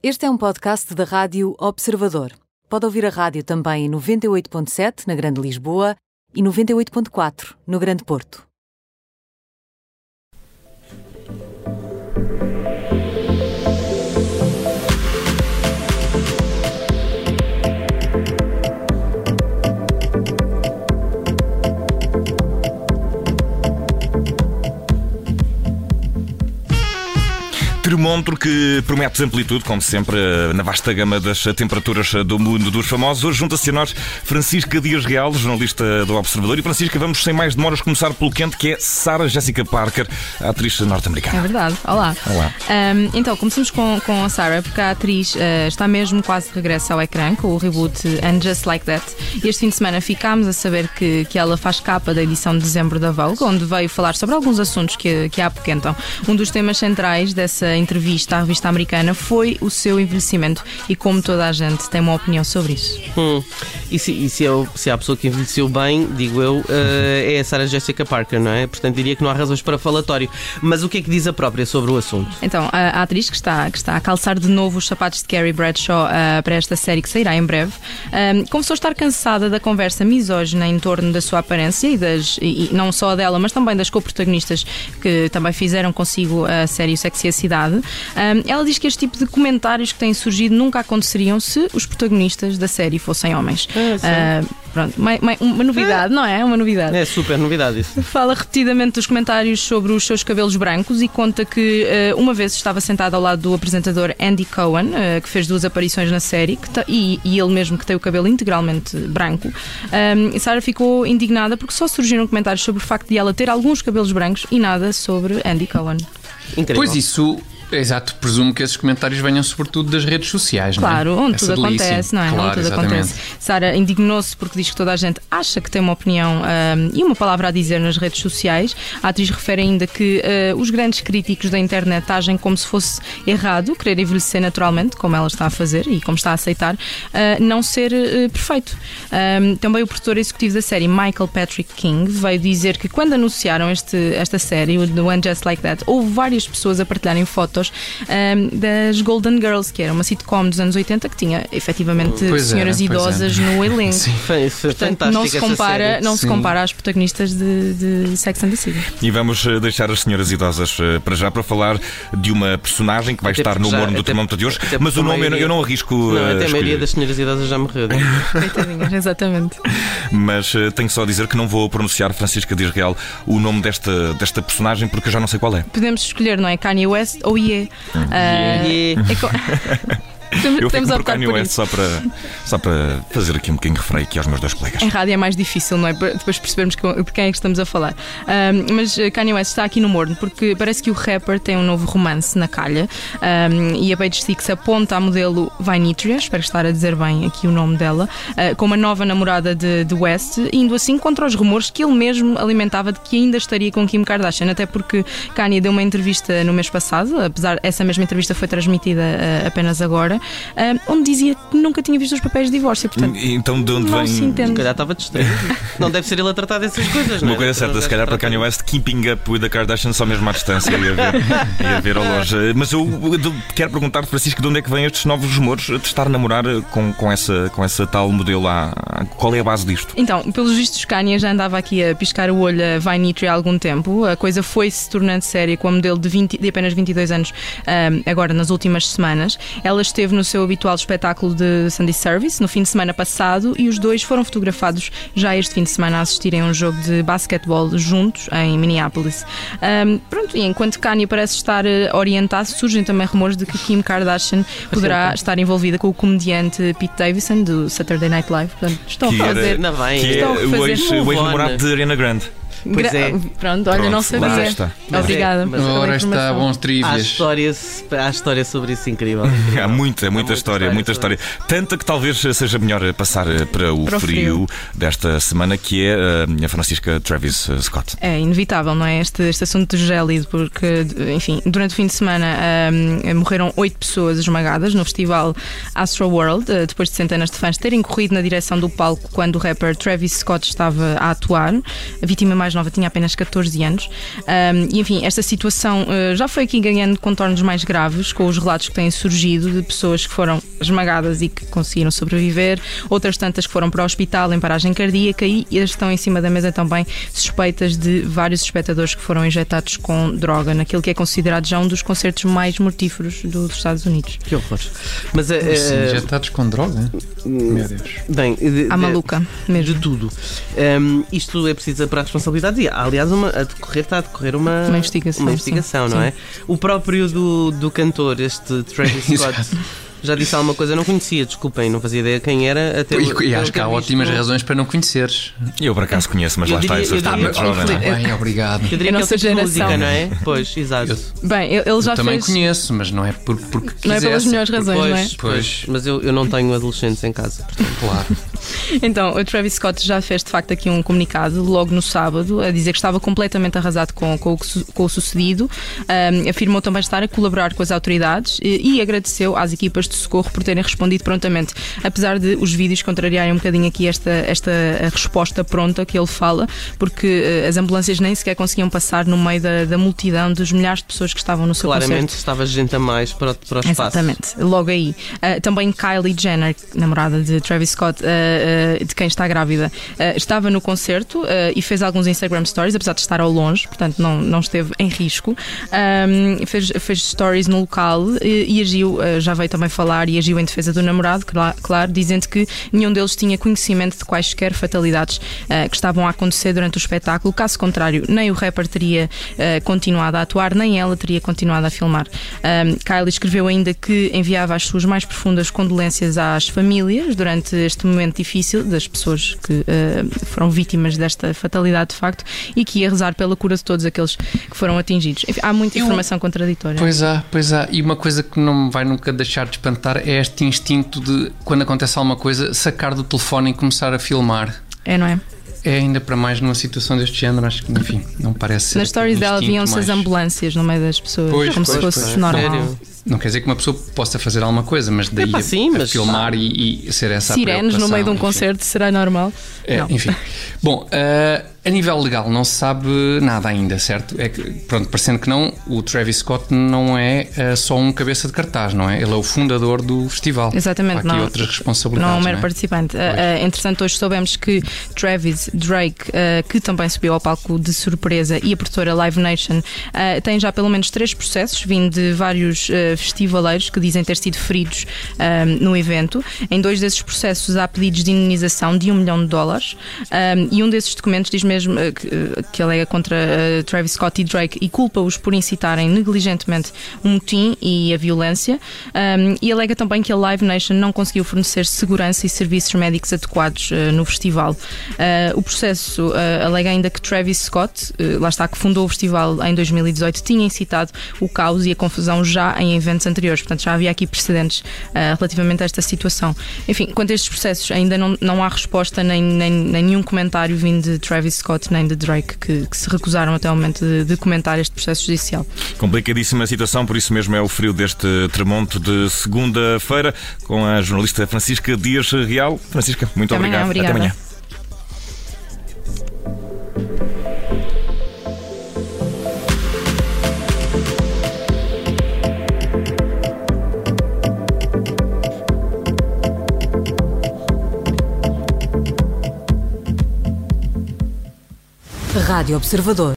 Este é um podcast da Rádio Observador. Pode ouvir a rádio também em 98.7 na Grande Lisboa e 98.4 no Grande Porto. Termómetro que promete amplitude, como sempre, na vasta gama das temperaturas do mundo dos famosos. Hoje junta-se a nós Francisca Dias Real, jornalista do Observador. E Francisca, vamos sem mais demoras começar pelo quente, que é Sarah Jessica Parker, a atriz norte-americana. É verdade. Olá. Olá. Então, começamos com a Sarah, porque a atriz está mesmo quase de regresso ao ecrã com o reboot And Just Like That. Este fim de semana ficámos a saber que ela faz capa da edição de dezembro da Vogue, onde veio falar sobre alguns assuntos que a apoquentam. Um dos temas centrais dessa entrevista à revista americana foi o seu envelhecimento e como toda a gente tem uma opinião sobre isso. E se há a pessoa que envelheceu bem, digo eu, é a Sarah Jessica Parker, não é? Portanto, diria que não há razões para falatório. Mas o que é que diz a própria sobre o assunto? Então, a atriz que está a calçar de novo os sapatos de Carrie Bradshaw para esta série que sairá em breve, confessou estar cansada da conversa misógina em torno da sua aparência e não só a dela, mas também das co-protagonistas que também fizeram consigo a série O Sexy e a Cidade. Ela diz que este tipo de comentários que têm surgido nunca aconteceriam se os protagonistas da série fossem homens. Pronto, uma novidade, não é? Uma novidade. É super novidade isso. Fala repetidamente dos comentários sobre os seus cabelos brancos e conta que uma vez estava sentada ao lado do apresentador Andy Cohen, que fez 2 aparições na série, e ele mesmo que tem o cabelo integralmente branco. E Sarah ficou indignada porque só surgiram comentários sobre o facto de ela ter alguns cabelos brancos e nada sobre Andy Cohen. Incrível. Pois isso, exato, presumo que esses comentários venham sobretudo das redes sociais, claro, não é? Onde tudo acontece, não é? Claro, onde tudo exatamente. acontece. Sarah indignou-se porque diz que toda a gente acha que tem uma opinião e uma palavra a dizer nas redes sociais. A atriz refere ainda que os grandes críticos da internet agem como se fosse errado querer envelhecer naturalmente, como ela está a fazer e como está a aceitar, não ser perfeito. Também o produtor executivo da série, Michael Patrick King, veio dizer que quando anunciaram esta série, o One Just Like That, houve várias pessoas a partilharem fotos das Golden Girls, que era uma sitcom dos anos 80 que tinha efetivamente senhoras idosas no elenco. Sim, portanto, não se compara às protagonistas de Sex and the City. E vamos deixar as senhoras idosas para já, para falar de uma personagem que vai estar no humor do termómetro de hoje, mas o nome eu não arrisco. Até a maioria das senhoras idosas já morreu. Coitadinhas, exatamente. Mas tenho só a dizer que não vou pronunciar, Francisca Dias Real, o nome desta personagem, porque eu já não sei qual é. Podemos escolher, não é? Kanye West ou Ye. Eu fico por Kanye West só para fazer aqui um bocadinho de refreio aqui aos meus 2 colegas. Em rádio é mais difícil, não é? Depois percebermos de quem é que estamos a falar. Mas Kanye West está aqui no morno porque parece que o rapper tem um novo romance na calha, e a Page Six aponta a modelo Vinitria, espero estar a dizer bem aqui o nome dela, com uma nova namorada de West, indo assim contra os rumores que ele mesmo alimentava de que ainda estaria com Kim Kardashian, até porque Kanye deu uma entrevista no mês passado, apesar essa mesma entrevista foi transmitida apenas agora, onde dizia que nunca tinha visto os papéis de divórcio. Portanto, então de onde vem? Se entende. Se calhar estava distraído. Não deve ser ele a tratar dessas coisas, não é? Uma coisa certa, se calhar para Kanye West, keeping up with the Kardashian só mesmo à distância ia ver ao longe. Mas eu quero perguntar-te, Francisco, de onde é que vêm estes novos rumores de estar a namorar com essa tal modelo? Qual é a base disto? Então, pelos vistos, Kanye já andava aqui a piscar o olho a Vinitria há algum tempo. A coisa foi-se tornando séria com a modelo de apenas 22 anos, agora nas últimas semanas. Ela esteve no seu habitual espetáculo de Sunday Service no fim de semana passado e os dois foram fotografados já este fim de semana a assistirem a um jogo de basquetebol juntos em Minneapolis. Pronto, e enquanto Kanye parece estar orientado, surgem também rumores de que Kim Kardashian poderá estar envolvida com o comediante Pete Davidson do Saturday Night Live. Portanto, estão a fazer o ex-namorado de Ariana Grande. Pois é. Pronto, olha, não sabia. Obrigada. Ora está bons trivias. Há história sobre isso incrível. Há muita história. Tanta que talvez seja melhor passar para o frio desta semana, que é a Francisca Travis Scott. É inevitável, não é? Este assunto gélido, porque, enfim, durante o fim de semana morreram 8 pessoas esmagadas no festival Astroworld, depois de centenas de fãs terem corrido na direção do palco quando o rapper Travis Scott estava a atuar. A vítima mais nova tinha apenas 14 anos. E enfim, esta situação já foi aqui ganhando contornos mais graves, com os relatos que têm surgido de pessoas que foram esmagadas e que conseguiram sobreviver, outras tantas que foram para o hospital em paragem cardíaca, e estão em cima da mesa também suspeitas de vários espectadores que foram injetados com droga, naquilo que é considerado já um dos concertos mais mortíferos dos Estados Unidos. Que horror. Mas injetados com droga? Meu Deus. Bem, a maluca mesmo. De tudo. Isto é preciso para a responsabilidade. E, aliás, está a decorrer uma investigação, não é? O próprio do cantor, este Travis Scott, já disse alguma coisa, eu não conhecia, desculpem, não fazia ideia quem era. Até e acho que há ótimas razões para não conheceres. Eu por acaso conheço, mas lá está, isso está muito jovem. Bem, obrigado. Eu diria que nossa geração, música, não é? Pois, exato. Bem, ele já também fez... conheço, mas não é porque quisesse. Não é pelas melhores razões, não é? Pois. Mas eu não tenho adolescentes em casa, portanto. Claro. Então, o Travis Scott já fez de facto aqui um comunicado logo no sábado, a dizer que estava completamente arrasado com o sucedido. Afirmou também estar a colaborar com as autoridades e agradeceu às equipas de socorro por terem respondido prontamente, apesar de os vídeos contrariarem um bocadinho aqui esta resposta pronta que ele fala, porque as ambulâncias nem sequer conseguiam passar no meio da multidão dos milhares de pessoas que estavam no seu concerto. Claramente estava gente a mais para o espaço. Exatamente, logo aí. Também Kylie Jenner, namorada de Travis Scott, de quem está grávida, estava no concerto e fez alguns Instagram stories, apesar de estar ao longe, portanto não esteve em risco. Fez stories no local e agiu, já veio também falar e agiu em defesa do namorado, claro, dizendo que nenhum deles tinha conhecimento de quaisquer fatalidades que estavam a acontecer durante o espetáculo. Caso contrário, nem o rapper teria continuado a atuar, nem ela teria continuado a filmar. Kylie escreveu ainda que enviava as suas mais profundas condolências às famílias durante este momento difícil das pessoas que foram vítimas desta fatalidade de facto, e que ia rezar pela cura de todos aqueles que foram atingidos. Enfim, há muita informação contraditória. Pois há. E uma coisa que não me vai nunca deixar de espantar é este instinto de, quando acontece alguma coisa, sacar do telefone e começar a filmar. Não é? É ainda para mais numa situação deste género, acho que, enfim, não parece ser. Nas stories dela viam-se as ambulâncias no meio das pessoas, como se fosse normal. Sério? Não quer dizer que uma pessoa possa fazer alguma coisa, mas daí a filmar e ser essa a preocupação. Sirenes no meio de um concerto, será normal? Enfim. Bom, a nível legal não se sabe nada ainda, certo? É que, pronto, parecendo que não, o Travis Scott não é só um cabeça de cartaz, não é? Ele é o fundador do festival. Exatamente. Há aqui outras responsabilidades. Não é um mero participante. Entretanto, hoje soubemos que Travis, Drake, que também subiu ao palco de surpresa, e a produtora Live Nation têm já pelo menos 3 processos vindo de vários festivaleiros que dizem ter sido feridos no evento. Em 2 desses processos há pedidos de indenização de $1 milhão, e um desses documentos diz mesmo que alega contra Travis Scott e Drake e culpa-os por incitarem negligentemente o motim e a violência, e alega também que a Live Nation não conseguiu fornecer segurança e serviços médicos adequados no festival. O processo alega ainda que Travis Scott, lá está, que fundou o festival em 2018, tinha incitado o caos e a confusão já em eventos anteriores, portanto já havia aqui precedentes relativamente a esta situação. Enfim, quanto a estes processos, ainda não há resposta nem nenhum comentário vindo de Travis Scott nem de Drake, que se recusaram até o momento de comentar este processo judicial. Complicadíssima situação, por isso mesmo é o frio deste terremoto de segunda-feira, com a jornalista Francisca Dias Real. Francisca, muito obrigado. Até amanhã. Rádio Observador.